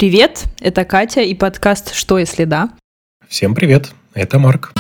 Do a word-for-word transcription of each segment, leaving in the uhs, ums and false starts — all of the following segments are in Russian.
Привет, это Катя и подкаст «Что, если да?». Всем привет, это Марк.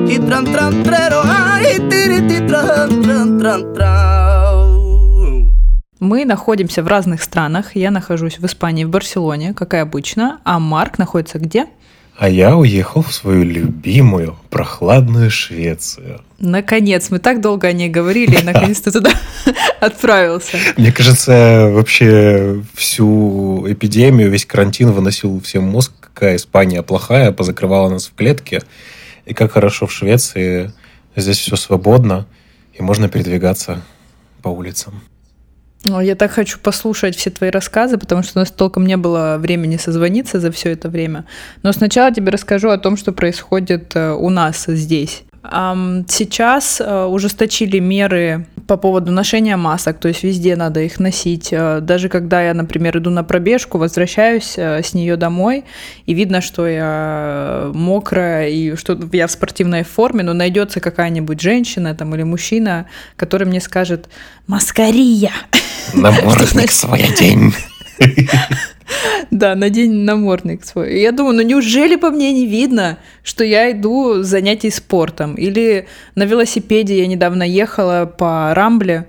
Мы находимся в разных странах. Я нахожусь в Испании, в Барселоне, как и обычно. А Марк находится где? А я уехал в свою любимую прохладную Швецию. Наконец, мы так долго о ней говорили, и наконец ты туда отправился. Мне кажется, вообще всю эпидемию, весь карантин выносил всем мозг, какая Испания плохая, позакрывала нас в клетке. И как хорошо в Швеции. Здесь все свободно, и можно передвигаться по улицам. Я так хочу послушать все твои рассказы, потому что у нас толком не было времени созвониться за все это время. Но сначала тебе расскажу о том, что происходит у нас здесь. Сейчас ужесточили меры по поводу ношения масок, то есть везде надо их носить. Даже когда я, например, иду на пробежку, возвращаюсь с нее домой, и видно, что я мокрая и что я в спортивной форме, но найдется какая-нибудь женщина там, или мужчина, который мне скажет «Маскария!» Намордник свой день. Да, надень намордник свой. Я думаю, ну неужели по мне не видно, что я иду занятий спортом? Или на велосипеде я недавно ехала по Рамбле.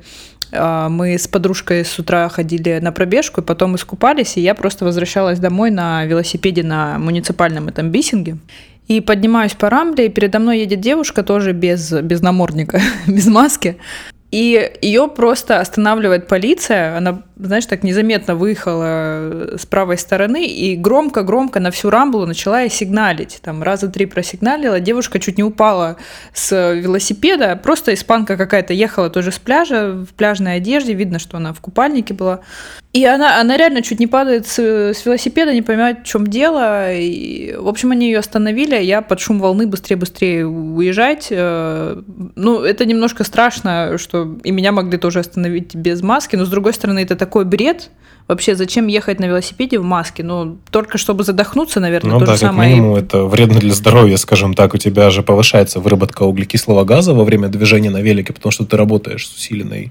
Мы с подружкой с утра ходили на пробежку, и потом искупались, и я просто возвращалась домой на велосипеде на муниципальном этом бисинге. И поднимаюсь по Рамбле, и передо мной едет девушка тоже без, без намордника, без маски. И ее просто останавливает полиция. Она, знаешь, так незаметно выехала с правой стороны и громко-громко на всю Рамблу начала ей сигналить. Там раза три просигналила. Девушка чуть не упала с велосипеда. Просто испанка какая-то ехала тоже с пляжа в пляжной одежде. Видно, что она в купальнике была. И она, она реально чуть не падает с, с велосипеда, не понимает, в чем дело. И, в общем, они ее остановили. Я под шум волны быстрее-быстрее уезжать. Ну, это немножко страшно, что и меня могли тоже остановить без маски. Но, с другой стороны, это такой бред. Вообще, зачем ехать на велосипеде в маске? Ну, только чтобы задохнуться, наверное, ну, то да, же самое. Ну да, как минимум, это вредно для здоровья, скажем так. У тебя же повышается выработка углекислого газа во время движения на велике, потому что ты работаешь с усиленной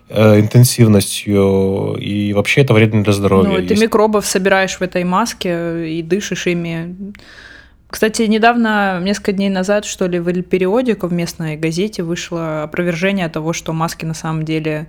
интенсивностью, и вообще это вредно для здоровья. Ну, ты Есть... микробов собираешь в этой маске и дышишь ими. Кстати, недавно, несколько дней назад, что ли, в «Эль Периодико», в местной газете, вышло опровержение того, что маски на самом деле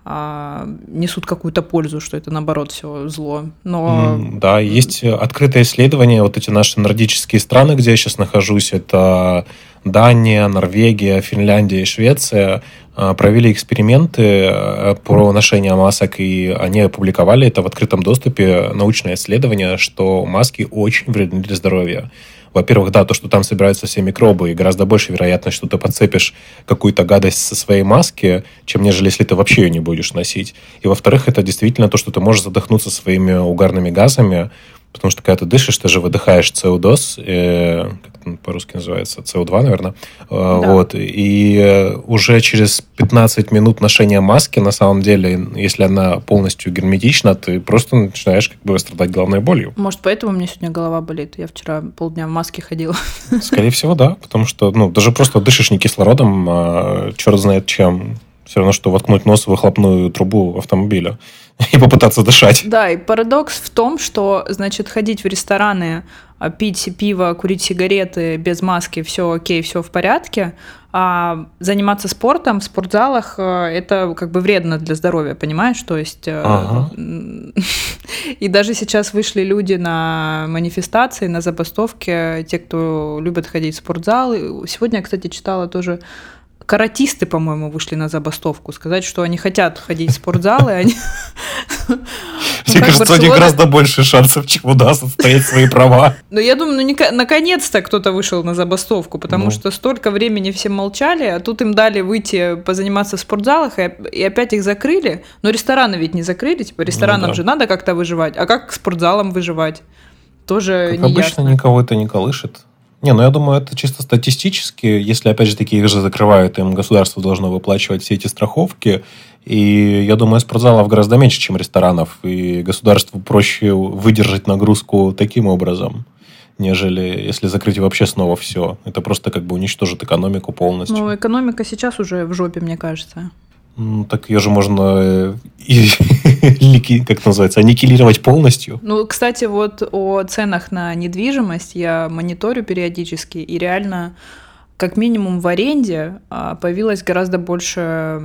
а, несут какую-то пользу, что это, наоборот, все зло. Но... Mm, да, есть открытое исследование, вот эти наши нордические страны, где я сейчас нахожусь, это Дания, Норвегия, Финляндия и Швеция, провели эксперименты про ношение масок, и они опубликовали это в открытом доступе, научное исследование, что маски очень вредны для здоровья. Во-первых, да, то, что там собираются все микробы, и гораздо больше вероятность, что ты подцепишь какую-то гадость со своей маски, чем нежели если ты вообще ее не будешь носить. И во-вторых, это действительно то, что ты можешь задохнуться своими угарными газами, потому что когда ты дышишь, ты же выдыхаешь си о два, э, как это по-русски называется, си о два, наверное. Да. Вот. И уже через пятнадцать минут ношения маски, на самом деле, если она полностью герметична, ты просто начинаешь как бы страдать головной болью. Может, поэтому у меня сегодня голова болит? Я вчера полдня в маске ходила. Скорее всего, да. Потому что ну, даже просто дышишь не кислородом, а черт знает чем. Все равно, что воткнуть нос в выхлопную трубу автомобиля и попытаться дышать. Да, и парадокс в том, что, значит, ходить в рестораны, пить пиво, курить сигареты без маски, все окей, все в порядке, а заниматься спортом в спортзалах это как бы вредно для здоровья, понимаешь? То есть ага. И даже сейчас вышли люди на манифестации, на забастовки, те, кто любит ходить в спортзал. Сегодня я, кстати, читала тоже. Каратисты, по-моему, вышли на забастовку. Сказать, что они хотят ходить в спортзалы. Они... Мне кажется, у них гораздо больше шансов, чем удастся отстоять свои права. Ну, я думаю, ну, наконец-то кто-то вышел на забастовку, потому ну. что столько времени все молчали, а тут им дали выйти позаниматься в спортзалах, и, и опять их закрыли. Но рестораны ведь не закрыли, типа ресторанам ну, да. же надо как-то выживать. А как к спортзалам выживать? Тоже как не обычно, ясно. Никого это не колышет. Не, ну я думаю, это чисто статистически. Если, опять же, таки их же закрывают, им государство должно выплачивать все эти страховки. И я думаю, спортзалов гораздо меньше, чем ресторанов. И государству проще выдержать нагрузку таким образом, нежели если закрыть вообще снова все. Это просто как бы уничтожит экономику полностью. Ну, экономика сейчас уже в жопе, мне кажется. Ну, так ее же можно и как называется, аннигилировать полностью. Ну, кстати, вот о ценах на недвижимость я мониторю периодически, и реально, как минимум в аренде появилось гораздо больше,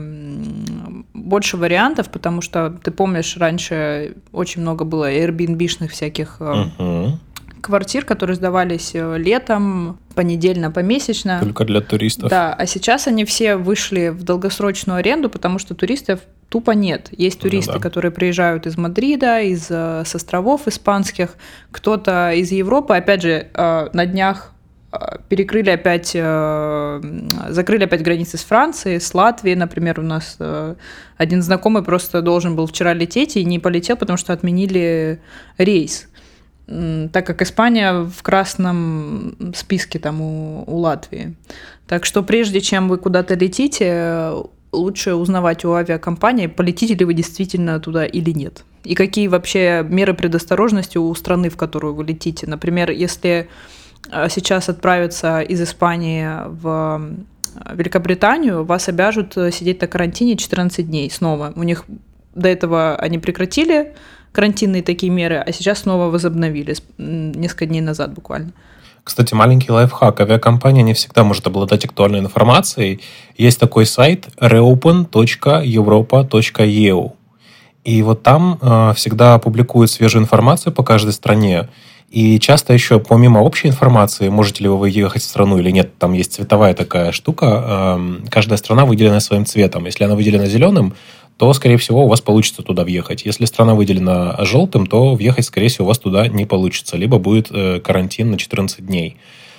больше вариантов, потому что, ты помнишь, раньше очень много было Airbnb-шных всяких uh-huh. квартир, которые сдавались летом, понедельно, помесячно. Только для туристов. Да, а сейчас они все вышли в долгосрочную аренду, потому что туристов тупо нет. Есть туристы, ну, да. которые приезжают из Мадрида, из, с островов испанских, кто-то из Европы. Опять же, на днях перекрыли опять, закрыли опять границы с Францией, с Латвией, например, у нас один знакомый просто должен был вчера лететь и не полетел, потому что отменили рейс, так как Испания в красном списке там у, у Латвии. Так что прежде чем вы куда-то летите, лучше узнавать у авиакомпании, полетите ли вы действительно туда или нет. И какие вообще меры предосторожности у страны, в которую вы летите. Например, если сейчас отправиться из Испании в Великобританию, вас обяжут сидеть на карантине четырнадцать дней снова. У них до этого они прекратили карантинные такие меры, а сейчас снова возобновили, несколько дней назад буквально. Кстати, маленький лайфхак. Авиакомпания не всегда может обладать актуальной информацией. Есть такой сайт reopen точка europa точка e u. И вот там э, всегда публикуют свежую информацию по каждой стране. И часто еще, помимо общей информации, можете ли вы ехать в страну или нет, там есть цветовая такая штука. Э, каждая страна выделена своим цветом. Если она выделена зеленым, то, скорее всего, у вас получится туда въехать. Если страна выделена желтым, то въехать, скорее всего, у вас туда не получится. Либо будет э, карантин на четырнадцать дней.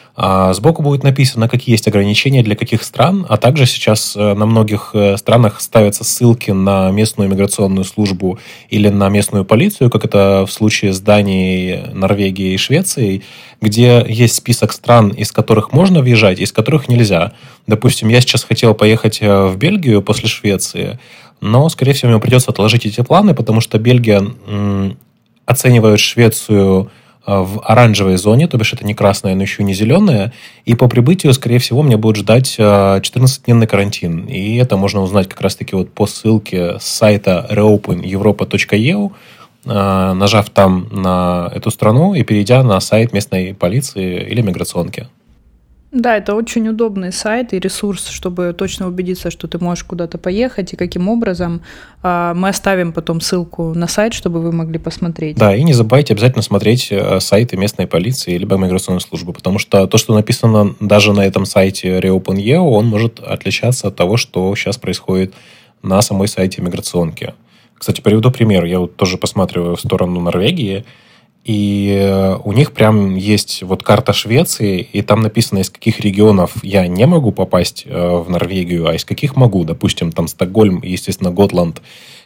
А сбоку будет написано, какие есть ограничения для каких стран, а также сейчас э, на многих э, странах ставятся ссылки на местную миграционную службу или на местную полицию, как это в случае с Данией, Норвегией и Швецией, где есть список стран, из которых можно въезжать, из которых нельзя. Допустим, я сейчас хотел поехать в Бельгию после Швеции, но, скорее всего, мне придется отложить эти планы, потому что Бельгия м, оценивает Швецию в оранжевой зоне, то бишь это не красная, но еще не зеленая, и по прибытию, скорее всего, мне будет ждать четырнадцатидневный карантин. И это можно узнать как раз-таки вот по ссылке с сайта reopen europa точка e u, нажав там на эту страну и перейдя на сайт местной полиции или миграционки. Да, это очень удобный сайт и ресурс, чтобы точно убедиться, что ты можешь куда-то поехать и каким образом. Мы оставим потом ссылку на сайт, чтобы вы могли посмотреть. Да, и не забывайте обязательно смотреть сайты местной полиции либо миграционной службы, потому что то, что написано даже на этом сайте reopen точка e u, он может отличаться от того, что сейчас происходит на самой сайте миграционки. Кстати, приведу пример. Я вот тоже посматриваю в сторону Норвегии, и у них прям есть вот карта Швеции, и там написано, из каких регионов я не могу попасть в Норвегию, а из каких могу. Допустим, там Стокгольм и, естественно, Готланд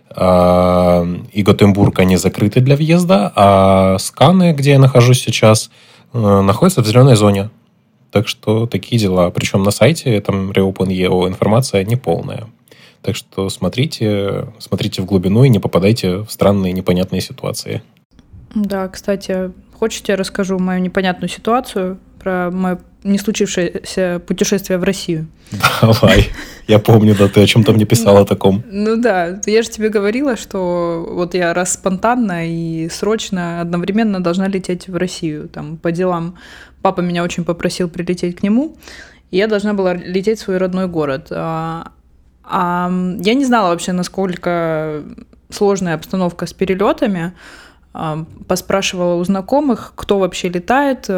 и Готембург, они закрыты для въезда, а Сканы, где я нахожусь сейчас, находятся в зеленой зоне. Так что такие дела. Причем на сайте там reopen точка e u информация неполная. Так что смотрите, смотрите в глубину и не попадайте в странные непонятные ситуации. Да, кстати, хочешь, я расскажу мою непонятную ситуацию про мое не случившееся путешествие в Россию? Давай. Я помню, да, ты о чем-то мне писала о таком. Ну да, я же тебе говорила, что вот я раз спонтанно и срочно одновременно должна лететь в Россию там по делам. Папа меня очень попросил прилететь к нему, и я должна была лететь в свой родной город. А, а я не знала вообще, насколько сложная обстановка с перелетами. Поспрашивала у знакомых, кто вообще летает.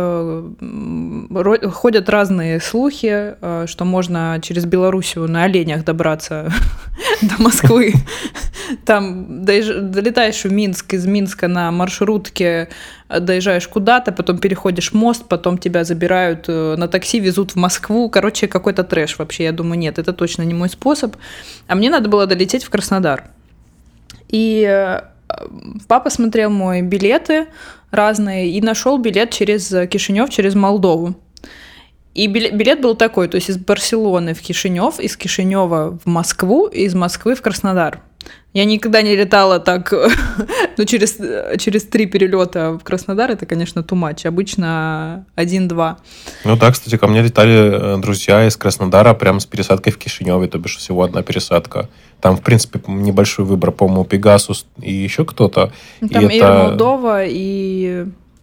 Ходят разные слухи, что можно через Белоруссию на оленях добраться до Москвы. Там долетаешь в Минск, из Минска на маршрутке доезжаешь куда-то, потом переходишь мост, потом тебя забирают на такси, везут в Москву. Короче, какой-то трэш вообще. Я думаю, нет, это точно не мой способ. А мне надо было долететь в Краснодар. И папа смотрел мои билеты разные и нашел билет через Кишинев, через Молдову. И билет был такой, то есть из Барселоны в Кишинев, из Кишинева в Москву, из Москвы в Краснодар. Я никогда не летала так, ну, через, через три перелета в Краснодар, это, конечно, too much. Обычно один-два. Ну да, кстати, ко мне летали друзья из Краснодара прямо с пересадкой в Кишиневе, то бишь всего одна пересадка. Там, в принципе, небольшой выбор, по-моему, Пегасус и еще кто-то. Там и Air это... Moldova и...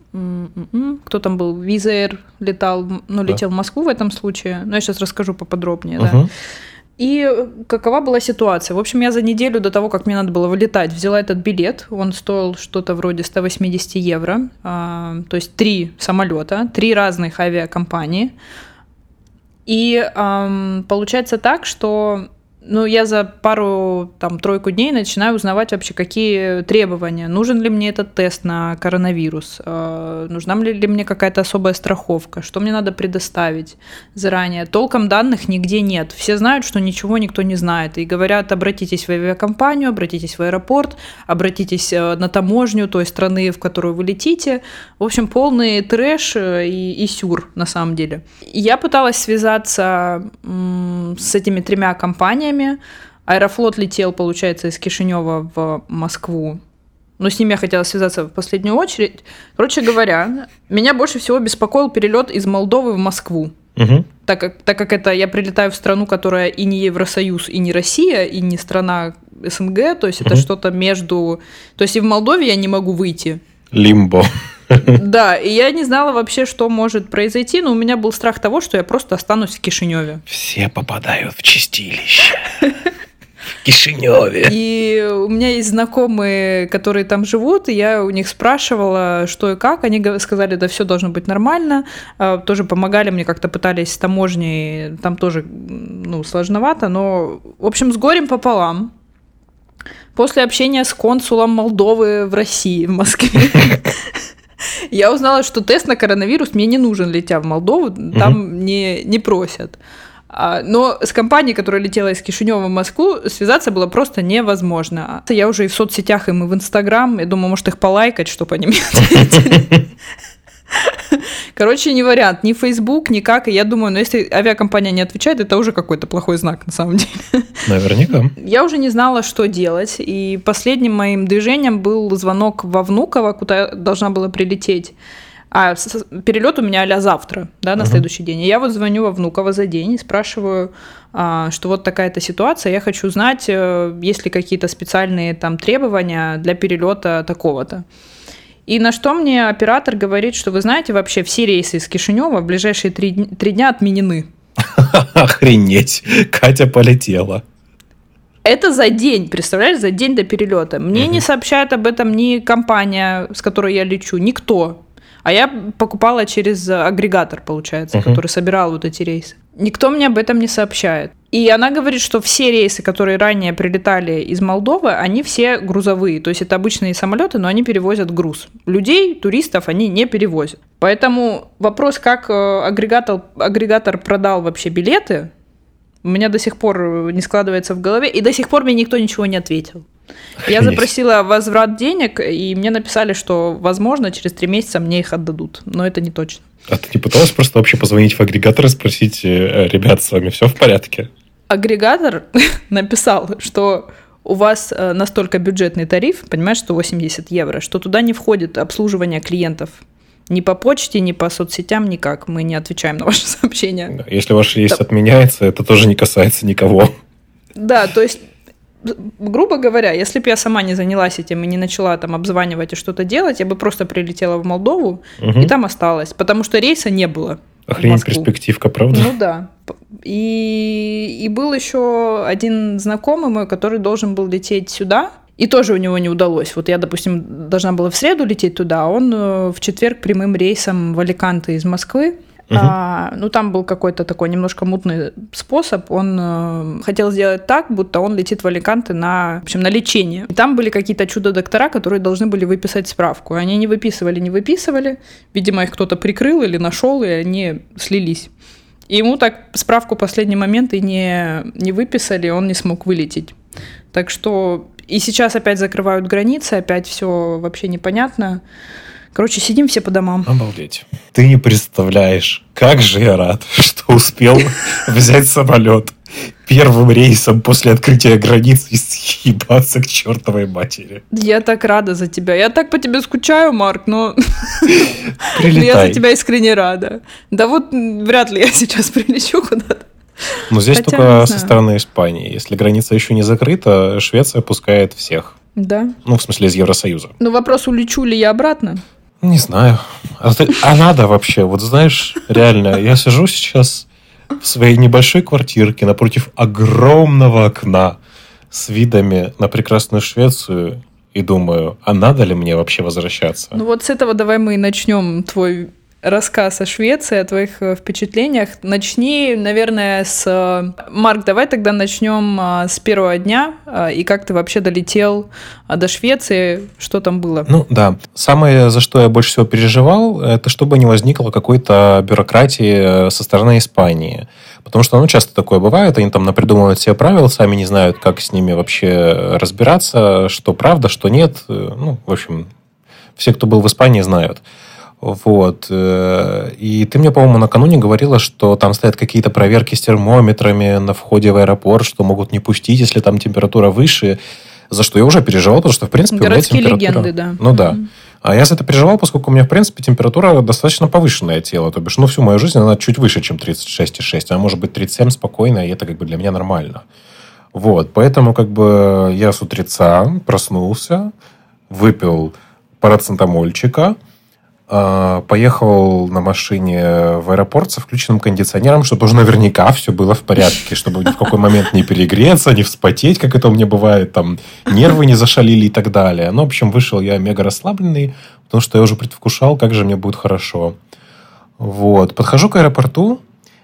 Кто там был? Wizz Air летал, ну, летел да. в Москву в этом случае. Но я сейчас расскажу поподробнее, угу. да. И какова была ситуация? В общем, я за неделю до того, как мне надо было вылетать, взяла этот билет. Он стоил что-то вроде сто восемьдесят евро. А, то есть три самолета, три разных авиакомпании. И а, получается так, что... Ну, я за пару, там, тройку дней начинаю узнавать вообще, какие требования. Нужен ли мне этот тест на коронавирус? Э, нужна ли мне какая-то особая страховка? Что мне надо предоставить заранее? Толком данных нигде нет. Все знают, что ничего никто не знает. И говорят, обратитесь в авиакомпанию, обратитесь в аэропорт, обратитесь на таможню той страны, в которую вы летите. В общем, полный трэш и, и сюр, на самом деле. Я пыталась связаться м- с этими тремя компаниями. Аэрофлот летел, получается, из Кишинева в Москву. Но с ними я хотела связаться в последнюю очередь. Короче говоря, меня больше всего беспокоил перелет из Молдовы в Москву. Угу. Так как, так как это я прилетаю в страну, которая и не Евросоюз, и не Россия, и не страна СНГ, то есть угу. это что-то между... То есть и в Молдове я не могу выйти. Лимбо. Да, и я не знала вообще, что может произойти, но у меня был страх того, что я просто останусь в Кишиневе. Все попадают в чистилище. В Кишиневе. И у меня есть знакомые, которые там живут, и я у них спрашивала, что и как. Они сказали, да все должно быть нормально. Тоже помогали мне, как-то пытались с таможней. Там тоже, ну, сложновато, но, в общем, с горем пополам. После общения с консулом Молдовы в России, в Москве, я узнала, что тест на коронавирус мне не нужен, летя в Молдову, там угу. не, не просят. Но с компанией, которая летела из Кишинева в Москву, связаться было просто невозможно. Я уже и в соцсетях, им и в Инстаграм, я думаю, может их полайкать, чтобы они мне ответили. Короче, не вариант, ни Facebook, никак. И я думаю, ну если авиакомпания не отвечает, это уже какой-то плохой знак на самом деле. Наверняка. Я уже не знала, что делать. И последним моим движением был звонок во Внуково, куда я должна была прилететь. А перелет у меня а-ля завтра, да, на uh-huh. следующий день. И я вот звоню во Внуково за день и спрашиваю, что вот такая-то ситуация. Я хочу знать, есть ли какие-то специальные там требования для перелета такого-то. И на что мне оператор говорит, что вы знаете, вообще все рейсы из Кишинева в ближайшие три, три дня отменены. Охренеть, Катя полетела. Это за день, представляешь, за день до перелета. Мне угу. не сообщает об этом ни компания, с которой я лечу, никто. А я покупала через агрегатор, получается, угу. который собирал вот эти рейсы. Никто мне об этом не сообщает. И она говорит, что все рейсы, которые ранее прилетали из Молдовы, они все грузовые. То есть это обычные самолеты, но они перевозят груз. Людей, туристов они не перевозят. Поэтому вопрос, как агрегатор, агрегатор продал вообще билеты, у меня до сих пор не складывается в голове. И до сих пор мне никто ничего не ответил. Я запросила возврат денег, и мне написали, что, возможно, через три месяца мне их отдадут. Но это не точно. А ты не пыталась просто вообще позвонить в агрегатор и спросить, ребят, с вами все в порядке? Агрегатор написал, что у вас настолько бюджетный тариф, понимаешь, сто восемьдесят евро, что туда не входит обслуживание клиентов. Ни по почте, ни по соцсетям, никак. Мы не отвечаем на ваши сообщения. Если ваш рейс да. отменяется, это тоже не касается никого. Да, то есть, грубо говоря, если бы я сама не занялась этим и не начала там обзванивать и что-то делать, я бы просто прилетела в Молдову угу. и там осталась, потому что рейса не было. Охренеть, перспективка, правда? Ну да. И, и был еще один знакомый мой, который должен был лететь сюда, и тоже у него не удалось. Вот я, допустим, должна была в среду лететь туда, а он в четверг прямым рейсом в Аликанте из Москвы. Uh-huh. А, ну, там был какой-то такой немножко мутный способ. Он э, хотел сделать так, будто он летит в Аликанте на, в общем, на лечение. И там были какие-то чудо-доктора, которые должны были выписать справку. Они не выписывали, не выписывали. Видимо, их кто-то прикрыл или нашел, и они слились. И ему так справку в последний момент и не, не выписали, он не смог вылететь. Так что... И сейчас опять закрывают границы, опять все вообще непонятно. Короче, сидим все по домам. Обалдеть. Ты не представляешь, как же я рад, что успел взять самолет первым рейсом после открытия границ и съебаться к чертовой матери. Я так рада за тебя. Я так по тебе скучаю, Марк, но Прилетай. я за тебя искренне рада. Да вот вряд ли я сейчас прилечу куда-то. Но здесь Хотя, только не со знаю. стороны Испании. Если граница еще не закрыта, Швеция пускает всех. Да. Ну, в смысле, из Евросоюза. Ну, вопрос, улечу ли я обратно? Не знаю. А, ты- а надо вообще? Вот знаешь, реально, я сижу сейчас в своей небольшой квартирке напротив огромного окна с видами на прекрасную Швецию и думаю, а надо ли мне вообще возвращаться? Ну вот с этого давай мы и начнем твой рассказ о Швеции, о твоих э, впечатлениях. Начни, наверное, с... э, Марк, давай тогда начнем э, с первого дня. э, И как ты вообще долетел э, до Швеции, что там было? Ну, да. Самое, за что я больше всего переживал, это чтобы не возникло какой-то бюрократии со стороны Испании. Потому что, ну, часто такое бывает, они там напридумывают себе правила, сами не знают, как с ними вообще разбираться, что правда, что нет. Ну, в общем, все, кто был в Испании, знают. Вот. И ты мне, по-моему, накануне говорила, что там стоят какие-то проверки с термометрами на входе в аэропорт, что могут не пустить, если там температура выше. За что я уже переживал, потому что, в принципе, Городские у меня температура... легенды, да. Ну, да. Мгм. А я за это переживал, поскольку у меня, в принципе, температура достаточно повышенное тело. То бишь, ну, всю мою жизнь она чуть выше, чем тридцать шесть и шесть. А может быть, тридцать семь спокойно, и это как бы для меня нормально. Вот. Поэтому как бы я с утреца проснулся, выпил парацетамольчика, а, поехал на машине в аэропорт со включенным кондиционером, чтобы уже наверняка все было в порядке, чтобы ни в какой момент не перегреться, не вспотеть, как это у меня бывает, там нервы не зашалили и так далее. Ну, в общем, вышел я мега расслабленный, потому что я уже предвкушал, как же мне будет хорошо. Вот. Подхожу к аэропорту,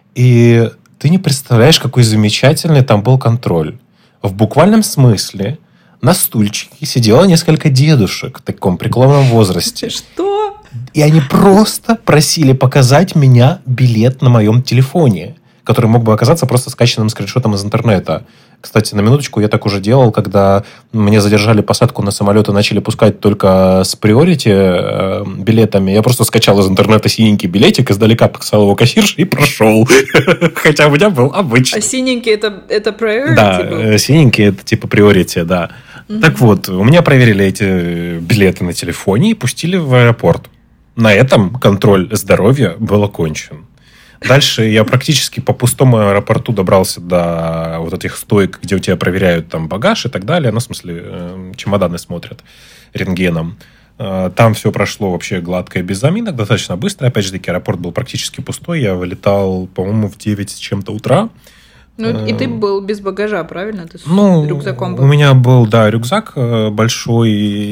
и ты не представляешь, какой замечательный там был контроль. В буквальном смысле на стульчике сидело несколько дедушек в таком преклонном возрасте. Что? И они просто просили показать меня билет на моем телефоне, который мог бы оказаться просто скачанным скриншотом из интернета. Кстати, на минуточку я так уже делал, когда мне задержали посадку на самолет и начали пускать только с приорити э, билетами. Я просто скачал из интернета синенький билетик, издалека показал его кассирше и прошел. Хотя у меня был обычный. А синенький это, это priority Да, был? э, синенький это типа приорити, да. Так вот, у меня проверили эти билеты на телефоне и пустили в аэропорт. На этом контроль здоровья был окончен. Дальше я практически по пустому аэропорту добрался до вот этих стоек, где у тебя проверяют там багаж и так далее. Ну, в смысле, э, чемоданы смотрят рентгеном. Э, Там все прошло вообще гладко и без заминок, достаточно быстро. Опять же таки, аэропорт был практически пустой. Я вылетал, по-моему, в девять с чем-то утра. Ну, и ты был без багажа, правильно? Ты с Ну, рюкзаком у был. меня был, да, рюкзак э, большой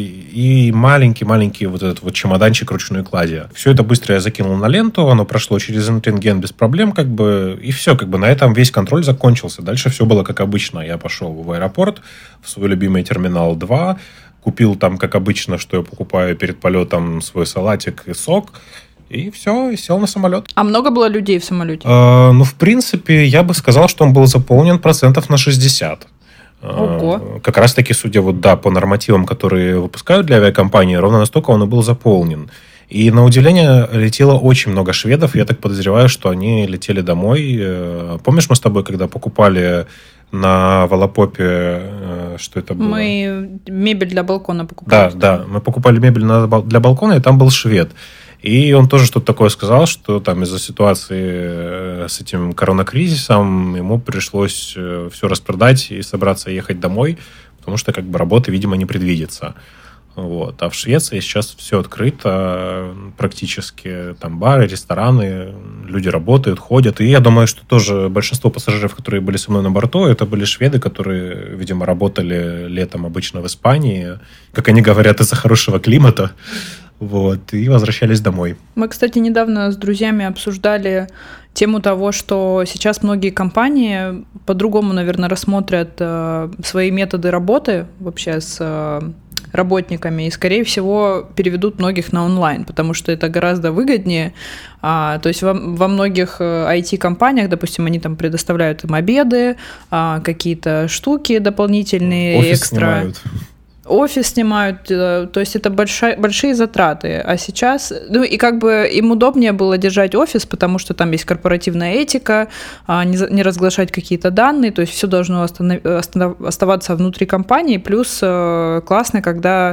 и маленький-маленький вот этот вот чемоданчик ручной клади. Все это быстро я закинул на ленту, оно прошло через рентген без проблем, как бы, и все, как бы на этом весь контроль закончился. Дальше все было как обычно. Я пошел в аэропорт, в свой любимый терминал два, купил там, как обычно, что я покупаю перед полетом, свой салатик и сок, и все, и сел на самолет. А много было людей в самолете? Э, ну, в принципе, я бы сказал, что он был заполнен процентов на шестьдесят. Ого. Э, Как раз-таки, судя вот, да, по нормативам, которые выпускают для авиакомпании, ровно настолько он и был заполнен. И, на удивление, летело очень много шведов. Я так подозреваю, что они летели домой. Э, Помнишь, мы с тобой, когда покупали на Волопопе, э, что это было? Мы мебель для балкона покупали. Да, да. Мы покупали мебель на бал- для балкона, и там был швед. И он тоже что-то такое сказал, что там из-за ситуации э, с этим коронакризисом ему пришлось все распродать и собраться ехать домой, потому что как бы работы, видимо, не предвидится. Вот. А в Швеции сейчас все открыто практически. Там бары, рестораны, люди работают, ходят. И я думаю, что тоже большинство пассажиров, которые были со мной на борту, это были шведы, которые, видимо, работали летом обычно в Испании, как они говорят, из-за хорошего климата. Вот, и возвращались домой. Мы, кстати, недавно с друзьями обсуждали тему того, что сейчас многие компании по-другому, наверное, рассмотрят э, свои методы работы вообще с э, работниками и, скорее всего, переведут многих на онлайн, потому что это гораздо выгоднее. А, то есть во, во многих ай ти-компаниях, допустим, они там предоставляют им обеды, а, какие-то штуки дополнительные, Офис экстра. снимают. офис снимают, то есть это большая, большие затраты. А сейчас, ну и как бы им удобнее было держать офис, потому что там есть корпоративная этика, не, не разглашать какие-то данные, то есть все должно останов, останов, оставаться внутри компании. Плюс классно, когда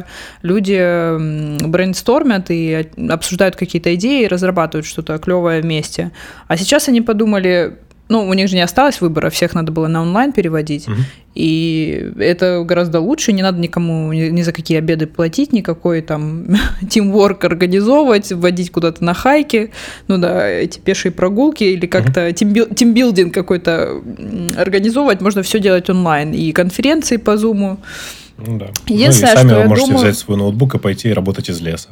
люди брейнстормят и обсуждают какие-то идеи, и разрабатывают что-то клевое вместе. А сейчас они подумали... Ну, у них же не осталось выбора, всех надо было на онлайн переводить, угу. И это гораздо лучше, не надо никому ни, ни за какие обеды платить, никакой там тимворк организовывать, вводить куда-то на хайки, ну да, эти пешие прогулки или как-то угу. тимбилдинг какой-то организовывать, можно все делать онлайн, и конференции по Zoom. Ну да. Единственное, ну, и сами что вы можете думаю... взять свой ноутбук и пойти работать из леса.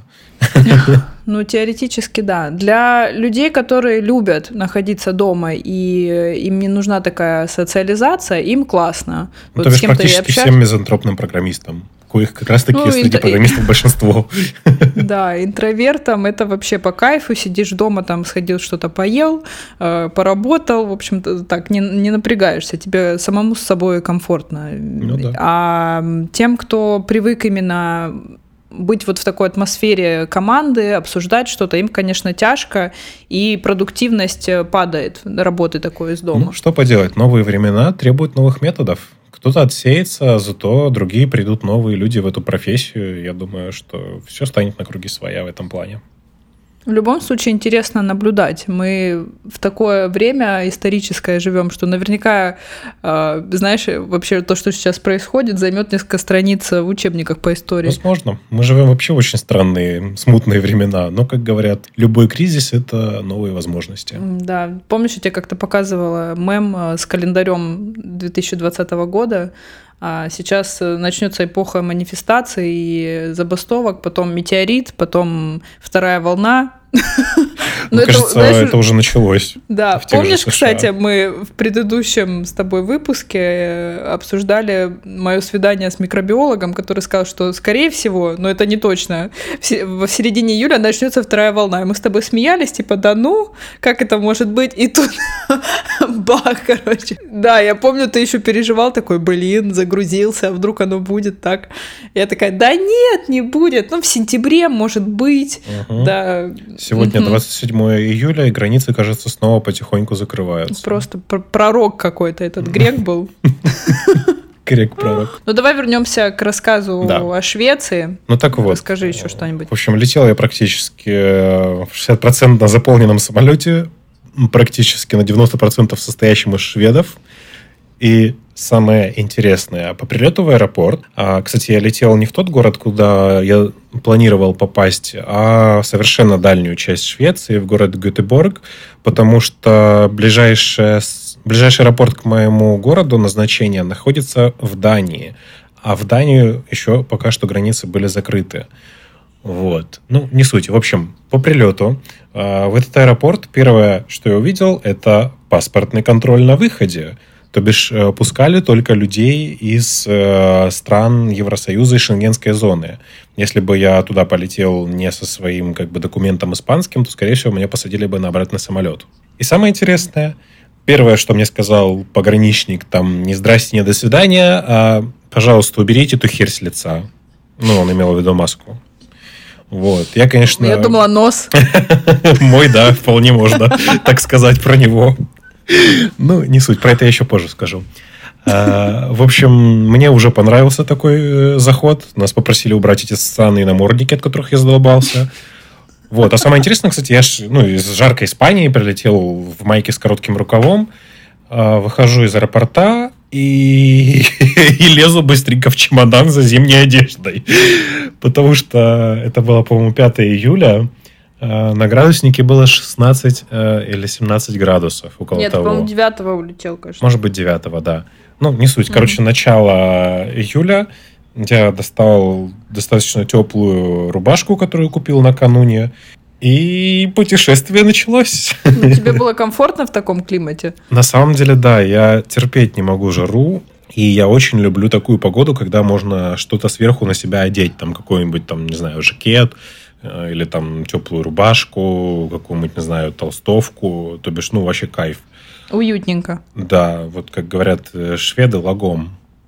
Ну, теоретически, да. Для людей, которые любят находиться дома, и им не нужна такая социализация, им классно. Ну, вот то есть практически всем мизантропным программистам. Коих как раз-таки ну, среди инт... программистов большинство. Да, интровертам это вообще по кайфу. Сидишь дома, там сходил, что-то поел, поработал, в общем-то, так, не, не напрягаешься, тебе самому с собой комфортно. Ну, да. А тем, кто привык именно... быть вот в такой атмосфере команды, обсуждать что-то, им, конечно, тяжко, и продуктивность падает работы такой из дома. Ну, что поделать, новые времена требуют новых методов. Кто-то отсеется, зато другие придут новые люди в эту профессию. Я думаю, что все станет на круги своя в этом плане. В любом случае интересно наблюдать. Мы в такое время историческое живем, что наверняка, э, знаешь, вообще то, что сейчас происходит, займет несколько страниц в учебниках по истории. Возможно. Мы живем вообще в очень странные, смутные времена. Но, как говорят, любой кризис – это новые возможности. Да. Помнишь, я тебе как-то показывала мем с календарем две тысячи двадцатого года? А сейчас начнется эпоха манифестаций и забастовок, потом метеорит, потом вторая волна. Мне это, кажется, знаешь, это уже началось. Да, помнишь, кстати, мы в предыдущем с тобой выпуске обсуждали мое свидание с микробиологом, который сказал, что, скорее всего, но это не точно, в середине июля начнется вторая волна. И мы с тобой смеялись, типа, да ну, как это может быть? И тут бах, короче. Да, я помню, ты еще переживал такой, блин, загрузился, а вдруг оно будет так. Я такая, да нет, не будет, ну в сентябре, может быть, угу. Да. Сегодня двадцать седьмого июля, и границы, кажется, снова потихоньку закрываются. Просто пророк какой-то этот грек был. Грек-пророк. Ну, давай вернемся к рассказу да. о Швеции. Ну, так вот. Расскажи еще что-нибудь. В общем, летел я практически в шестьдесят процентов на заполненном самолете, практически на девяносто процентов состоящем из шведов. И самое интересное, по прилету в аэропорт, а, кстати, я летел не в тот город, куда я планировал попасть, а в совершенно дальнюю часть Швеции, в город Гетеборг, потому что ближайший, ближайший аэропорт к моему городу назначения находится в Дании, а в Данию еще пока что границы были закрыты. Вот. Ну, не суть. В общем, по прилету э, в этот аэропорт первое, что я увидел, это паспортный контроль на выходе. То бишь, пускали только людей из э, стран Евросоюза и Шенгенской зоны. Если бы я туда полетел не со своим как бы, документом испанским, то, скорее всего, меня посадили бы на обратный самолет. И самое интересное, первое, что мне сказал пограничник, там, не здрасте, не до свидания, а, пожалуйста, уберите эту херь с лица. Ну, он имел в виду маску. Вот. Я, конечно... Я думала, нос. Мой, да, вполне можно так сказать про него. Ну, не суть, про это я еще позже скажу. В общем, мне уже понравился такой заход. Нас попросили убрать эти странные намордники, от которых я задолбался. Вот. А самое интересное, кстати, я ж, ну, из жаркой Испании прилетел в майке с коротким рукавом, выхожу из аэропорта и, и лезу быстренько в чемодан за зимней одеждой. Потому что это было, по-моему, пятого июля. На градуснике было шестнадцать э, или семнадцать градусов, около Нет, того. Нет, по-моему, девятого улетел, кажется. Может быть, девятого, да. Ну, не суть. Короче, mm-hmm. начало июля. Я достал достаточно теплую рубашку, которую купил накануне. И путешествие началось. Ну, тебе было комфортно в таком климате? На самом деле, да. Я терпеть не могу жару. И я очень люблю такую погоду, когда можно что-то сверху на себя одеть. Там какой-нибудь, там, не знаю, жакет, или там теплую рубашку, какую-нибудь, не знаю, толстовку. То бишь, ну, вообще кайф. Уютненько. Да, вот как говорят шведы, лагом.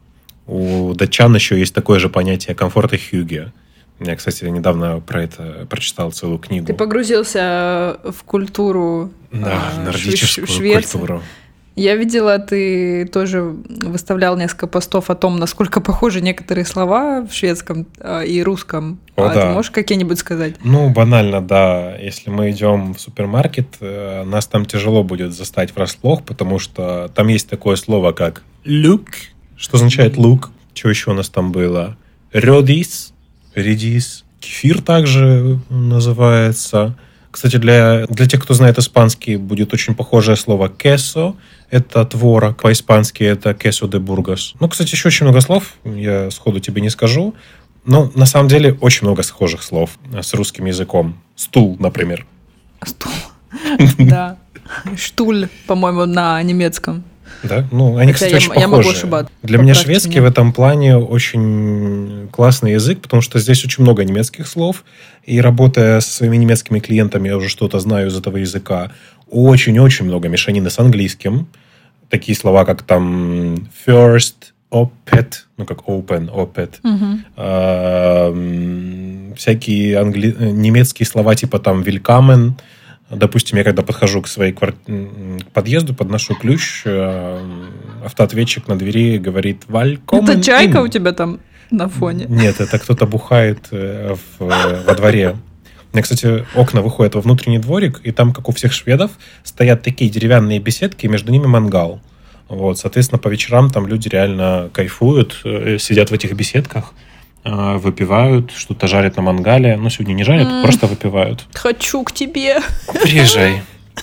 У датчан еще есть такое же понятие комфорта хюге. Я, кстати, недавно про это прочитал целую книгу. Ты погрузился в культуру, да, э, нордическую Швеции. культуру. Я видела, ты тоже выставлял несколько постов о том, насколько похожи некоторые слова в шведском и русском. О, а да. Ты можешь какие-нибудь сказать? Ну, банально, да. Если мы идем в супермаркет, нас там тяжело будет застать врасплох, потому что там есть такое слово, как «лук», что означает «лук». Что еще у нас там было? «Рёдис», «редис». Кефир также называется. Кстати, для, для тех, кто знает испанский, будет очень похожее слово «queso». Это творог. По-испански это «queso de Burgos». Ну, кстати, еще очень много слов. Я сходу тебе не скажу. Но на самом деле очень много схожих слов с русским языком. Стул, например. Стул. Да. Штуль, по-моему, на немецком. Да? Ну, они, Хотя кстати, я, очень похожи. Я могу ошибаться. Для меня шведский меня. в этом плане очень классный язык, потому что здесь очень много немецких слов. И работая со своими немецкими клиентами, я уже что-то знаю из этого языка. Очень-очень много мешанины с английским. Такие слова, как там first, opet, ну, как open, opet. Угу. А, всякие англи... немецкие слова типа там willkommen. Допустим, я когда подхожу к своей кварти... к подъезду, подношу ключ, автоответчик на двери говорит «Welcome». Это чайка у тебя там на фоне? Нет, это кто-то бухает в... во дворе. У меня, кстати, окна выходят во внутренний дворик, и там, как у всех шведов, стоят такие деревянные беседки, и между ними мангал. Вот, соответственно, по вечерам там люди реально кайфуют, сидят в этих беседках, выпивают, что-то жарят на мангале. Ну, сегодня не жарят, mm. просто выпивают. Хочу к тебе. Приезжай.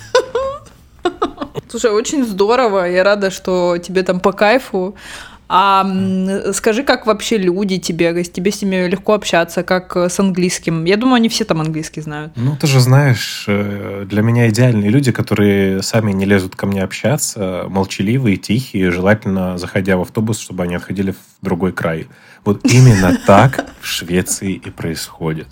Слушай, очень здорово. Я рада, что тебе там по кайфу. А скажи, как вообще люди тебе, тебе с ними легко общаться, как с английским? Я думаю, они все там английский знают. Ну, ты же знаешь, для меня идеальные люди, которые сами не лезут ко мне общаться, молчаливые, тихие, желательно заходя в автобус, чтобы они отходили в другой край. Вот именно так в Швеции и происходит.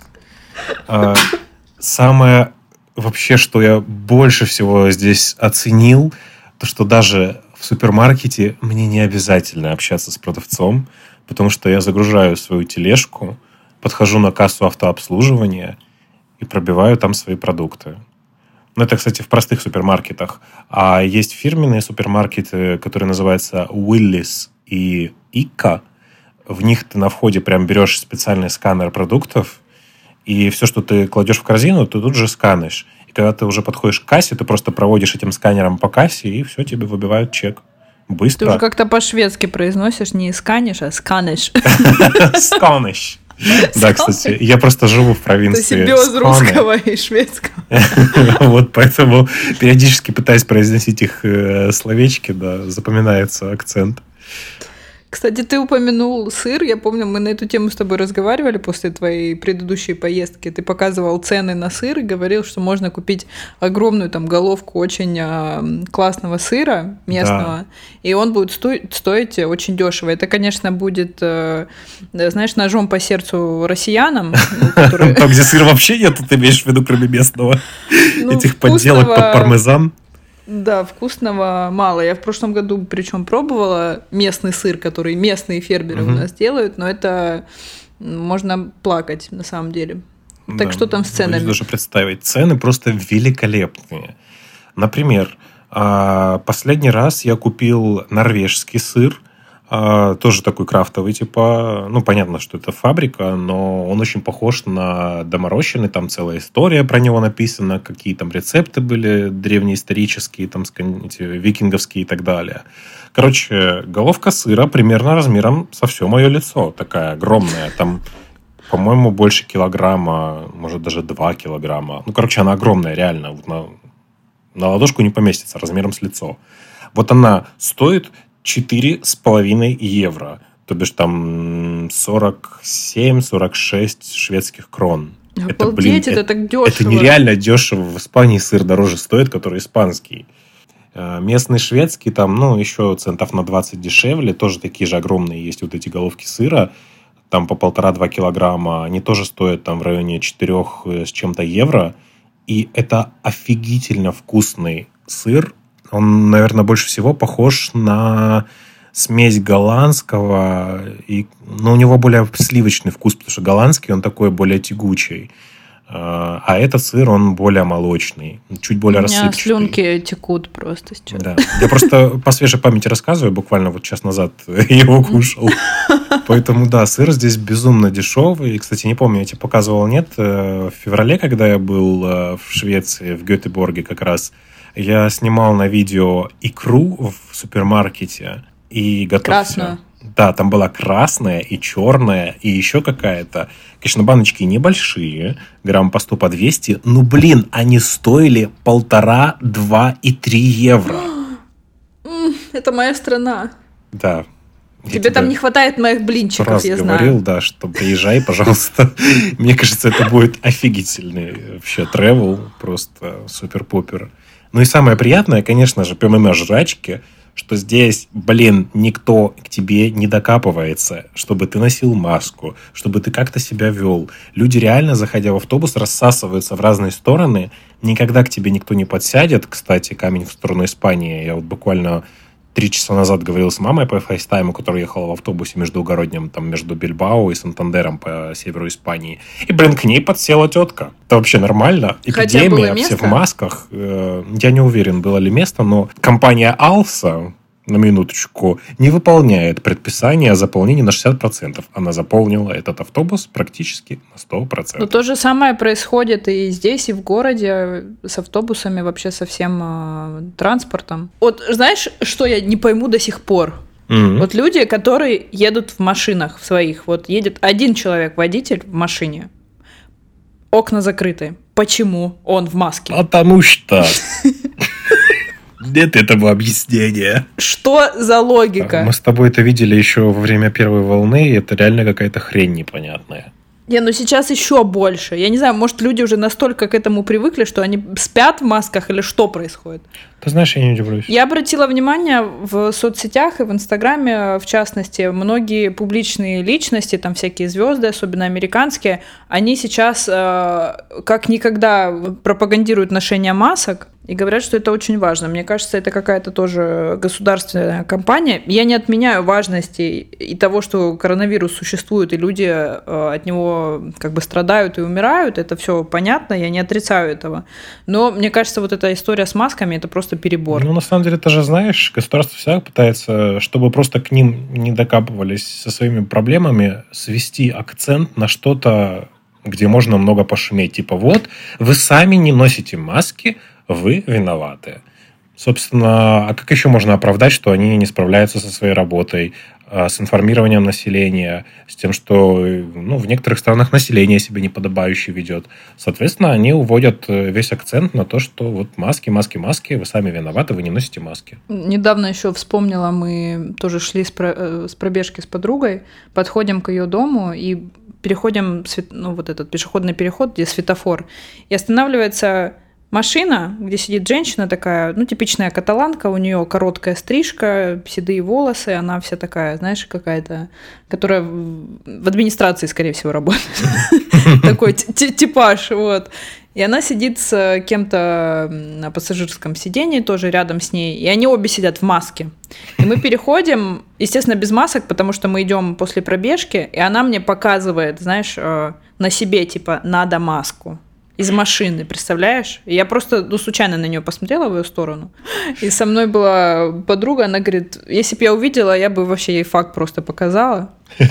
Самое вообще, что я больше всего здесь оценил, то, что даже в супермаркете мне не обязательно общаться с продавцом, потому что я загружаю свою тележку, подхожу на кассу автообслуживания и пробиваю там свои продукты. Ну, это, кстати, в простых супермаркетах. А есть фирменные супермаркеты, которые называются Willys и Ика. В них ты на входе прям берешь специальный сканер продуктов, и все, что ты кладешь в корзину, ты тут же сканишь. Когда ты уже подходишь к кассе, ты просто проводишь этим сканером по кассе, и все, тебе выбивают чек. Быстро. Ты уже как-то по-шведски произносишь, не сканишь, а сканешь. Сканешь. Да, кстати, я просто живу в провинции. Это симбиоз русского и шведского. Вот, поэтому периодически пытаюсь произносить их словечки, да, запоминается акцент. Кстати, ты упомянул сыр. Я помню, мы на эту тему с тобой разговаривали после твоей предыдущей поездки. Ты показывал цены на сыр и говорил, что можно купить огромную там головку очень э, классного сыра местного, да. И он будет сто- стоить очень дешево. Это, конечно, будет, э, знаешь, ножом по сердцу россиянам. Там, где сыра вообще нет, ты имеешь в виду, кроме местного? Этих подделок под пармезан? Да, вкусного мало. Я в прошлом году причем пробовала местный сыр, который местные фермеры uh-huh. у нас делают, но это можно плакать на самом деле. Так да, что там с ценами? Боюсь даже представить. Цены просто великолепные. Например, последний раз я купил норвежский сыр, тоже такой крафтовый, типа, ну, понятно, что это фабрика, но он очень похож на доморощенный, там целая история про него написана, какие там рецепты были древнеисторические, там, эти, викинговские и так далее. Короче, головка сыра примерно размером со все мое лицо, такая огромная, там, по-моему, больше килограмма, может, даже два килограмма. Ну, короче, она огромная, реально, вот на, на ладошку не поместится, размером с лицо. Вот она стоит четыре с половиной евро. То бишь там сорок семь сорок шесть шведских крон. Обалдеть, это, блин, это, это так дешево. Это нереально дешево. В Испании сыр дороже стоит, который испанский. Местный шведский там, ну, еще центов на двадцать дешевле. Тоже такие же огромные есть вот эти головки сыра. Там по полтора-два килограмма. Они тоже стоят там в районе четырех с чем-то евро. И это офигительно вкусный сыр. Он, наверное, больше всего похож на смесь голландского, и, но у него более сливочный вкус, потому что голландский, он такой более тягучий. А этот сыр, он более молочный, чуть более рассыпчатый. У меня слюнки текут просто сейчас. Да. Я просто по свежей памяти рассказываю, буквально вот час назад его кушал. Поэтому, да, сыр здесь безумно дешевый. И, кстати, не помню, я тебе показывал, нет, в феврале, когда я был в Швеции, в Гетеборге как раз, я снимал на видео икру в супермаркете и готовился. Красную. Да, там была красная и черная, и еще какая-то. Конечно, баночки небольшие, грамм по сто, по двести. Но, блин, они стоили полтора, два и три евро. Это моя страна. Да. Тебе там не хватает моих блинчиков, раз я говорил, знаю. да, что приезжай, пожалуйста. Мне кажется, это будет офигительный вообще тревел, просто супер-пупер. Ну и самое приятное, конечно же, помимо жрачки, что здесь, блин, никто к тебе не докапывается, чтобы ты носил маску, чтобы ты как-то себя вел. Люди реально, заходя в автобус, рассасываются в разные стороны. Никогда к тебе никто не подсядет. Кстати, камень в сторону Испании. Я вот буквально три часа назад говорил с мамой по фейстайму, которая ехала в автобусе междугороднем, там, между Бильбао и Сантандером по северу Испании. И, блин, к ней подсела тетка. Это вообще нормально. Эпидемия, все в масках. Я не уверен, было ли место, но компания Алса, на минуточку, не выполняет предписание о заполнении на шестьдесят процентов. Она заполнила этот автобус практически на сто процентов. Но то же самое происходит и здесь, и в городе с автобусами, вообще со всем э, транспортом. Вот знаешь, что я не пойму до сих пор? Mm-hmm. Вот люди, которые едут в машинах в своих, вот едет один человек, водитель в машине, окна закрыты. Почему он в маске? Потому что... Нет этому объяснения. Что за логика? Мы с тобой это видели еще во время первой волны, и это реально какая-то хрень непонятная. Не, ну сейчас еще больше. Я не знаю, может, люди уже настолько к этому привыкли, что они спят в масках, или что происходит? Ты знаешь, я не удивлюсь. Я обратила внимание в соцсетях и в Инстаграме, в частности, многие публичные личности, там всякие звезды, особенно американские, они сейчас э, как никогда пропагандируют ношение масок и говорят, что это очень важно. Мне кажется, это какая-то тоже государственная кампания. Я не отменяю важности и того, что коронавирус существует, и люди э, от него как бы страдают и умирают. Это все понятно, я не отрицаю этого. Но мне кажется, вот эта история с масками, это просто перебор. Ну, на самом деле, ты же знаешь, государство всегда пытается, чтобы просто к ним не докапывались со своими проблемами, свести акцент на что-то, где можно много пошуметь. Типа, вот, вы сами не носите маски, вы виноваты. Собственно, а как еще можно оправдать, что они не справляются со своей работой, с информированием населения, с тем, что ну, в некоторых странах население себя неподобающе ведет. Соответственно, они уводят весь акцент на то, что вот маски, маски, маски, вы сами виноваты, вы не носите маски. Недавно еще вспомнила, мы тоже шли с, про... с пробежки с подругой, подходим к ее дому и переходим, ну, вот этот пешеходный переход, где светофор, и останавливается машина, где сидит женщина такая, ну, типичная каталанка, у нее короткая стрижка, седые волосы, она вся такая, знаешь, какая-то, которая в администрации, скорее всего, работает. Такой типаж, вот. И она сидит с кем-то на пассажирском сидении, тоже рядом с ней, и они обе сидят в маске. И мы переходим, естественно, без масок, потому что мы идем после пробежки, и она мне показывает, знаешь, на себе, типа, надо маску. Из машины, представляешь? И я просто ну, случайно на нее посмотрела в ее сторону. И со мной была подруга, она говорит, если бы я увидела, я бы вообще ей факт просто показала.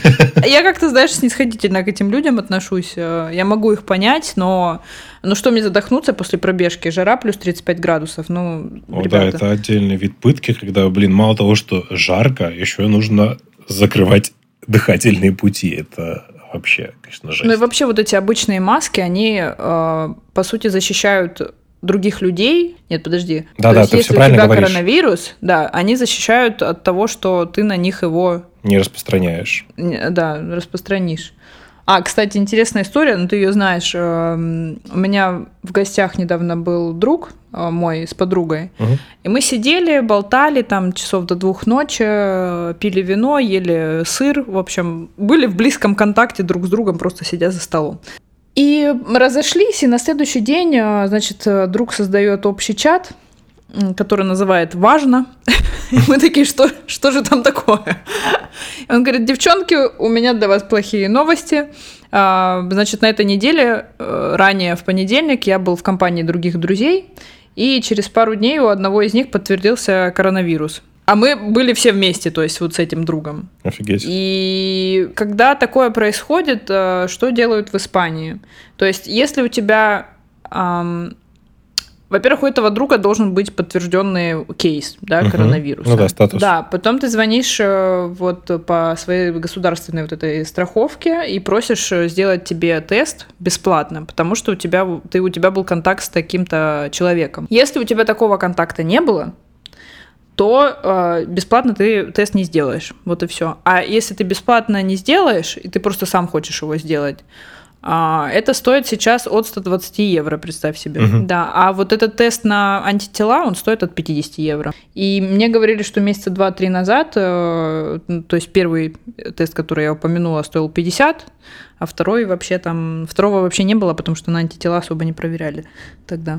Я как-то, знаешь, снисходительно к этим людям отношусь. Я могу их понять, но ну что мне задохнуться после пробежки? Жара плюс тридцать пять градусов. Ну, О, да, это отдельный вид пытки, когда, блин, мало того, что жарко, еще нужно закрывать дыхательные пути. Это... Вообще, конечно, жесть. Ну и вообще вот эти обычные маски, они, э, по сути, защищают других людей. Нет, подожди. Да, То да, есть, ты если все у правильно тебя говоришь. Коронавирус, да, они защищают от того, что ты на них его... Не распространяешь. Да, распространишь. А, кстати, интересная история, ну ты ее знаешь. У меня в гостях недавно был друг мой с подругой, угу. И мы сидели, болтали там часов до двух ночи, пили вино, ели сыр, в общем, были в близком контакте друг с другом, просто сидя за столом. И мы разошлись, и на следующий день, значит, друг создает общий чат, который называет «Важно». И мы такие, что, что же там такое? И он говорит, девчонки, у меня для вас плохие новости. Значит, на этой неделе, ранее в понедельник, я был в компании других друзей, и через пару дней у одного из них подтвердился коронавирус. А мы были все вместе, то есть вот с этим другом. Офигеть. И когда такое происходит, что делают в Испании? То есть если у тебя... Эм, во-первых, у этого друга должен быть подтвержденный кейс, да, коронавируса. Ну да, статус. Да, потом ты звонишь вот по своей государственной вот этой страховке и просишь сделать тебе тест бесплатно, потому что у тебя, ты, у тебя был контакт с таким-то человеком. Если у тебя такого контакта не было, то э, бесплатно ты тест не сделаешь. Вот и все. А если ты бесплатно не сделаешь, и ты просто сам хочешь его сделать, э, это стоит сейчас от ста двадцати евро, представь себе. Uh-huh. Да. А вот этот тест на антитела, он стоит от пятидесяти евро. И мне говорили, что месяца два-три назад, э, то есть первый тест, который я упомянула, стоил пятьдесят, а второй вообще там... Второго вообще не было, потому что на антитела особо не проверяли тогда.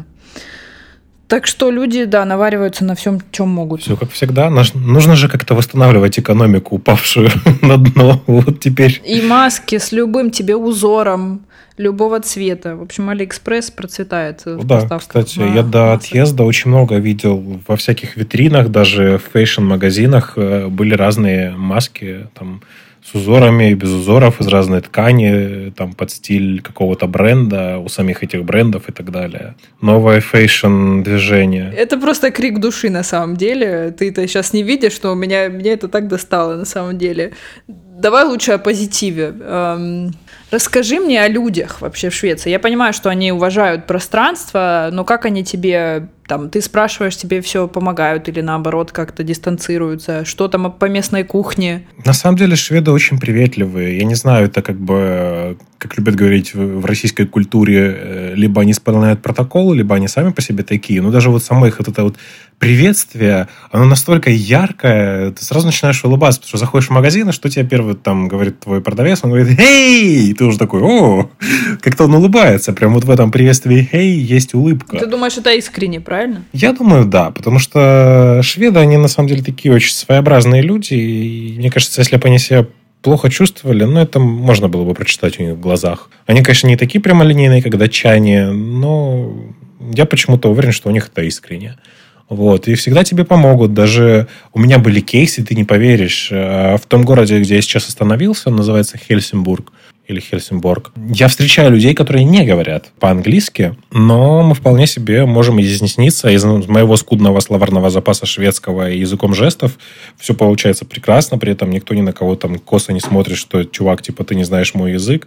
Так что люди, да, навариваются на всем, чем могут. Все как всегда. Нужно же как-то восстанавливать экономику, упавшую на дно. Вот теперь. И маски с любым тебе узором, любого цвета. В общем, Алиэкспресс процветает в да, поставках. Кстати, я до отъезда очень много видел во всяких витринах, даже в фэшн-магазинах были разные маски, там, с узорами и без узоров, из разной ткани, там, под стиль какого-то бренда, у самих этих брендов и так далее. Новое фэшн-движение. Это просто крик души, на самом деле. Ты это сейчас не видишь, но меня, меня это так достало, на самом деле. Давай лучше о позитиве. Эм, расскажи мне о людях вообще в Швеции. Я понимаю, что они уважают пространство, но как они тебе... Там, ты спрашиваешь, тебе все помогают или наоборот как-то дистанцируются? Что там по местной кухне? На самом деле шведы очень приветливые. Я не знаю, это как бы, как любят говорить в российской культуре, либо они исполняют протоколы, либо они сами по себе такие. Но даже вот само их вот это вот приветствие, оно настолько яркое, ты сразу начинаешь улыбаться, потому что заходишь в магазин, и что тебе первый там говорит твой продавец? Он говорит «Эй!» И ты уже такой «О!» Как-то он улыбается. Прям вот в этом приветствии «Эй!» есть улыбка. Ты думаешь, это искренне, правильно? Я думаю, да, потому что шведы, они на самом деле такие очень своеобразные люди, и мне кажется, если бы они себя плохо чувствовали, ну, это можно было бы прочитать у них в глазах. Они, конечно, не такие прямолинейные, как датчане, но я почему-то уверен, что у них это искренне. Вот, и всегда тебе помогут. Даже у меня были кейсы, ты не поверишь. В том городе, где я сейчас остановился, он называется Хельсинбург или Хельсинборг. Я встречаю людей, которые не говорят по-английски, но мы вполне себе можем изъясниться. Из моего скудного словарного запаса шведского и языком жестов все получается прекрасно. При этом никто ни на кого там косо не смотрит, что, чувак, типа, ты не знаешь мой язык.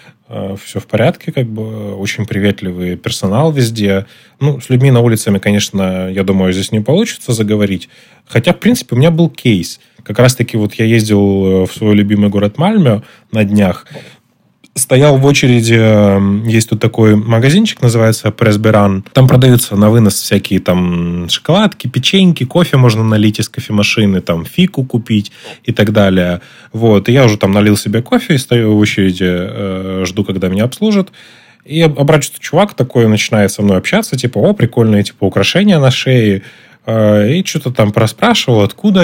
Все в порядке, как бы, очень приветливый персонал везде. Ну, с людьми на улицами, конечно, я думаю, здесь не получится заговорить. Хотя, в принципе, у меня был кейс. Как раз-таки вот я ездил в свой любимый город Мальмё на днях. Стоял в очереди, есть тут такой магазинчик, называется Пресберан. Там продаются на вынос всякие там шоколадки, печеньки, кофе можно налить из кофемашины, там фику купить и так далее. Вот. И я уже там налил себе кофе и стою в очереди, э, жду, когда меня обслужат. И оборачивается чувак такой, начинает со мной общаться, типа, о, прикольные типа украшения на шее. И что-то там проспрашивал, откуда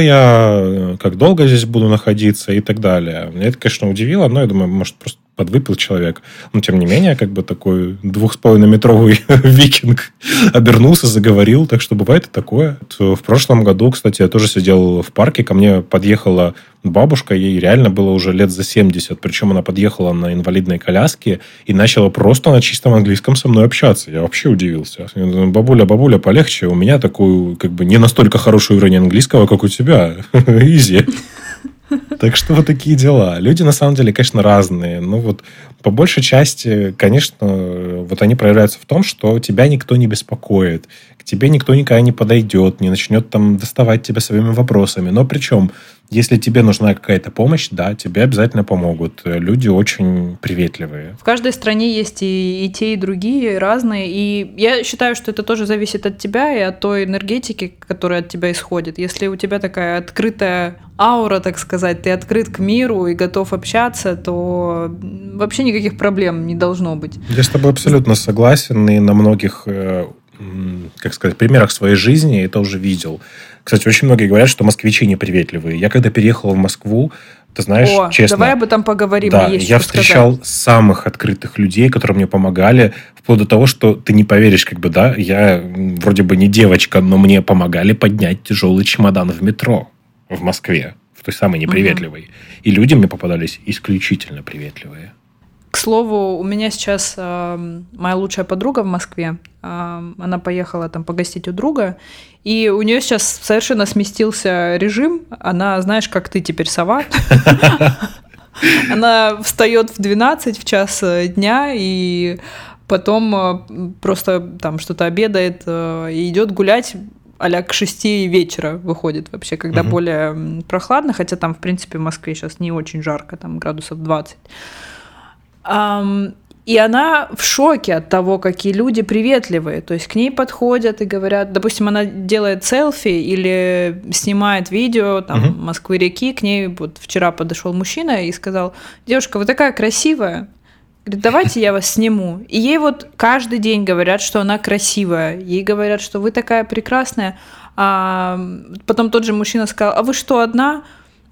я, как долго здесь буду находиться и так далее. Меня это, конечно, удивило, но я думаю, может, просто подвыпил человек. Но, тем не менее, как бы такой двух с половиной метровый викинг обернулся, заговорил. Так что бывает и такое. В прошлом году, кстати, я тоже сидел в парке. Ко мне подъехала бабушка. Ей реально было уже лет за семьдесят. Причем она подъехала на инвалидной коляске и начала просто на чистом английском со мной общаться. Я вообще удивился. Я думаю, бабуля, бабуля, полегче. У меня такой, как бы, не настолько хороший уровень английского, как у тебя. Изи. Так что вот такие дела. Люди, на самом деле, конечно, разные. Ну, вот по большей части, конечно, вот они проявляются в том, что тебя никто не беспокоит. К тебе никто никогда не подойдет, не начнет там доставать тебя своими вопросами. Но причем, если тебе нужна какая-то помощь, да, тебе обязательно помогут. Люди очень приветливые. В каждой стране есть и, и те, и другие, разные. И я считаю, что это тоже зависит от тебя и от той энергетики, которая от тебя исходит. Если у тебя такая открытая аура, так сказать, ты открыт к миру и готов общаться, то вообще никаких проблем не должно быть. Я с тобой абсолютно согласен. И на многих как сказать, примерах своей жизни это уже видел. Кстати, очень многие говорят, что москвичи неприветливые. Я когда переехал в Москву, ты знаешь, О, честно... давай об этом поговорим. Да, есть я что встречал сказать. самых открытых людей, которые мне помогали, вплоть до того, что ты не поверишь, как бы, да, я вроде бы не девочка, но мне помогали поднять тяжелый чемодан в метро в Москве, в той самой неприветливой. Угу. И люди мне попадались исключительно приветливые. К слову, у меня сейчас э, моя лучшая подруга в Москве. Э, она поехала там погостить у друга. И у нее сейчас совершенно сместился режим. Она, знаешь, как ты теперь сова. Она встает в двенадцать в час дня и потом просто там что-то обедает и идет гулять а-ля к шести вечера выходит вообще, когда угу. более прохладно. Хотя там, в принципе, в Москве сейчас не очень жарко, там градусов двадцать. Um, и она в шоке от того, какие люди приветливые. То есть к ней подходят и говорят, допустим, она делает селфи или снимает видео там, uh-huh. Москвы-реки, к ней вот вчера подошел мужчина и сказал: девушка, вы такая красивая. Говорит, давайте я вас сниму. И ей вот каждый день говорят, что она красивая. Ей говорят, что вы такая прекрасная. А потом тот же мужчина сказал: а вы что, одна?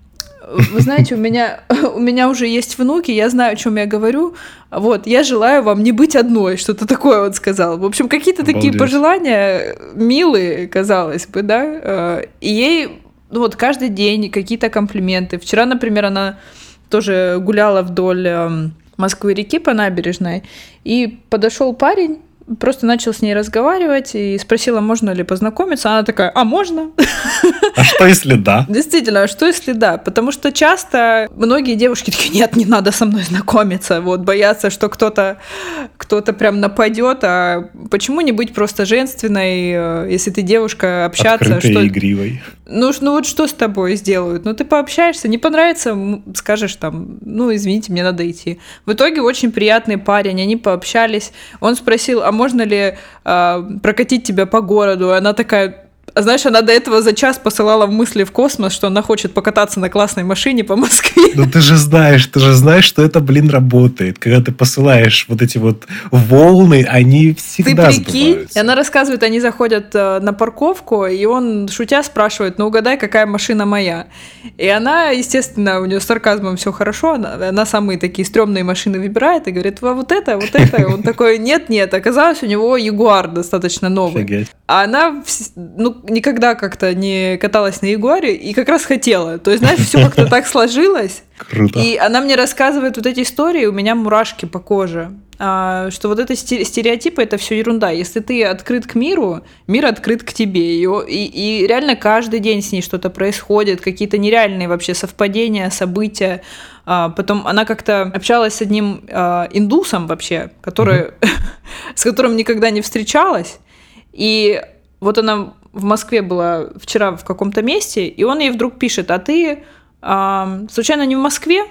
Вы знаете, у меня, у меня уже есть внуки, я знаю, о чем я говорю. Вот, я желаю вам не быть одной, что-то такое он сказал. В общем, какие-то Обалдеть. Такие пожелания милые, казалось бы, да. И ей ну, вот каждый день какие-то комплименты. Вчера, например, она тоже гуляла вдоль Москвы-реки по набережной, и подошел парень, просто начал с ней разговаривать и спросила, можно ли познакомиться. Она такая: а можно? А что если да? Действительно, а что если да? Потому что часто многие девушки такие: нет, не надо со мной знакомиться, вот, боятся, что кто-то, кто-то прям нападет. А почему не быть просто женственной, если ты девушка, общаться? Открытой что... и игривой. Ну, ну вот что с тобой сделают? Ну ты пообщаешься, не понравится, скажешь там: ну извините, мне надо идти. В итоге очень приятный парень, они пообщались. Он спросил: а можно ли э, прокатить тебя по городу? И она такая... Знаешь, она до этого за час посылала мысли в космос, что она хочет покататься на классной машине по Москве. Ну ты же знаешь, ты же знаешь, что это, блин, работает. Когда ты посылаешь вот эти вот волны, они всегда ты прикинь, сбываются. И она рассказывает, они заходят на парковку, и он, шутя, спрашивает: ну угадай, какая машина моя. И она, естественно, у нее с сарказмом все хорошо, она, она самые такие стрёмные машины выбирает и говорит: а вот это, вот это. Он такой: нет-нет, оказалось, у него Ягуар достаточно новый. Офигеть. А она, ну, никогда как-то не каталась на Ягуаре и как раз хотела. То есть, знаешь, все как-то так сложилось. Круто. И она мне рассказывает вот эти истории, у меня мурашки по коже. А, что вот это стереотипы, это все ерунда. Если ты открыт к миру, мир открыт к тебе. И, и, и реально каждый день с ней что-то происходит, какие-то нереальные вообще совпадения, события. А, потом она как-то общалась с одним а, индусом вообще, который, mm-hmm. с которым никогда не встречалась. И вот она в Москве была вчера в каком-то месте, и он ей вдруг пишет: а ты а, случайно не в Москве?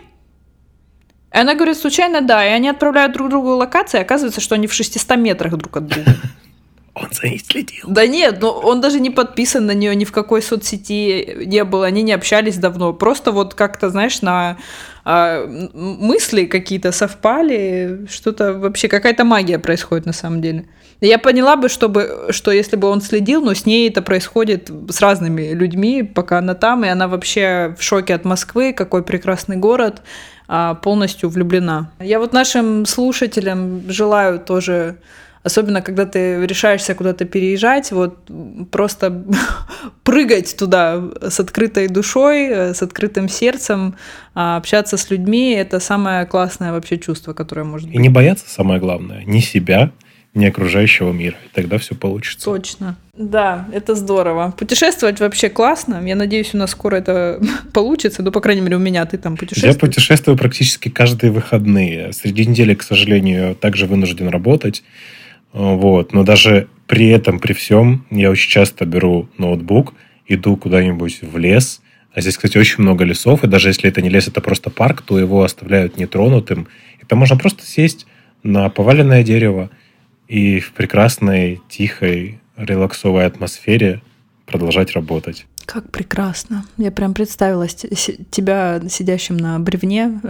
И она говорит: случайно да. И они отправляют друг другу локации, оказывается, что они в шестистах метрах друг от друга. Он за ней следил. Да нет, ну он даже не подписан на нее, ни в какой соцсети не был, они не общались давно. Просто вот как-то, знаешь, на а, мысли какие-то совпали, что-то вообще, какая-то магия происходит на самом деле. Я поняла бы, чтобы, что если бы он следил, но с ней это происходит с разными людьми, пока она там, и она вообще в шоке от Москвы, какой прекрасный город, полностью влюблена. Я вот нашим слушателям желаю тоже, особенно когда ты решаешься куда-то переезжать, вот просто прыгать туда с открытой душой, с открытым сердцем, общаться с людьми — это самое классное вообще чувство, которое может быть. И не бояться, самое главное, ни себя, ни окружающего мира. И тогда все получится. Точно. Да, это здорово. Путешествовать вообще классно. Я надеюсь, у нас скоро это получится. Ну, по крайней мере, у меня. Ты там путешествуешь? Я путешествую практически каждые выходные. Среди недели, к сожалению, также вынужден работать. Вот. Но даже при этом, при всем, я очень часто беру ноутбук, иду куда-нибудь в лес. А здесь, кстати, очень много лесов. И даже если это не лес, это просто парк, то его оставляют нетронутым. И там можно просто сесть на поваленное дерево и в прекрасной, тихой, релаксовой атмосфере продолжать работать. Как прекрасно. Я прям представила тебя сидящим на бревне,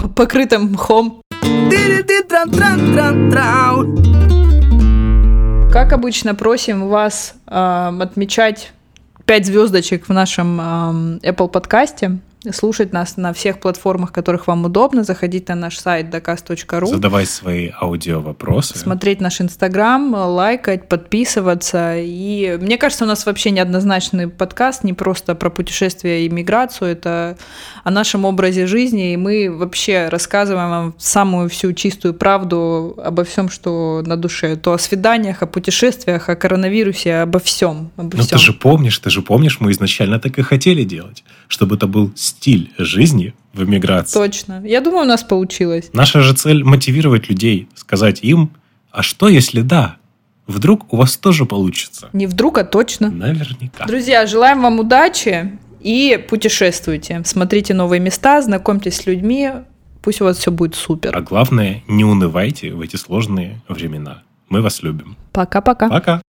покрытым мхом. Как обычно, просим вас э, отмечать пять звездочек в нашем э, Apple подкасте, слушать нас на всех платформах, которых вам удобно, заходить на наш сайт дакаст точка ру, задавать свои аудиовопросы, смотреть наш Инстаграм, лайкать, подписываться. И мне кажется, у нас вообще неоднозначный подкаст, не просто про путешествия и миграцию, это о нашем образе жизни, и мы вообще рассказываем вам самую всю чистую правду обо всем, что на душе. То о свиданиях, о путешествиях, о коронавирусе, обо всем. Обо Но всем. ты же помнишь, ты же помнишь, мы изначально так и хотели делать, чтобы это был стиль жизни в эмиграции. Точно. Я думаю, у нас получилось. Наша же цель мотивировать людей, сказать им, а что если да? Вдруг у вас тоже получится? Не вдруг, а точно. Наверняка. Друзья, желаем вам удачи и путешествуйте. Смотрите новые места, знакомьтесь с людьми. Пусть у вас все будет супер. А главное, не унывайте в эти сложные времена. Мы вас любим. Пока-пока. Пока.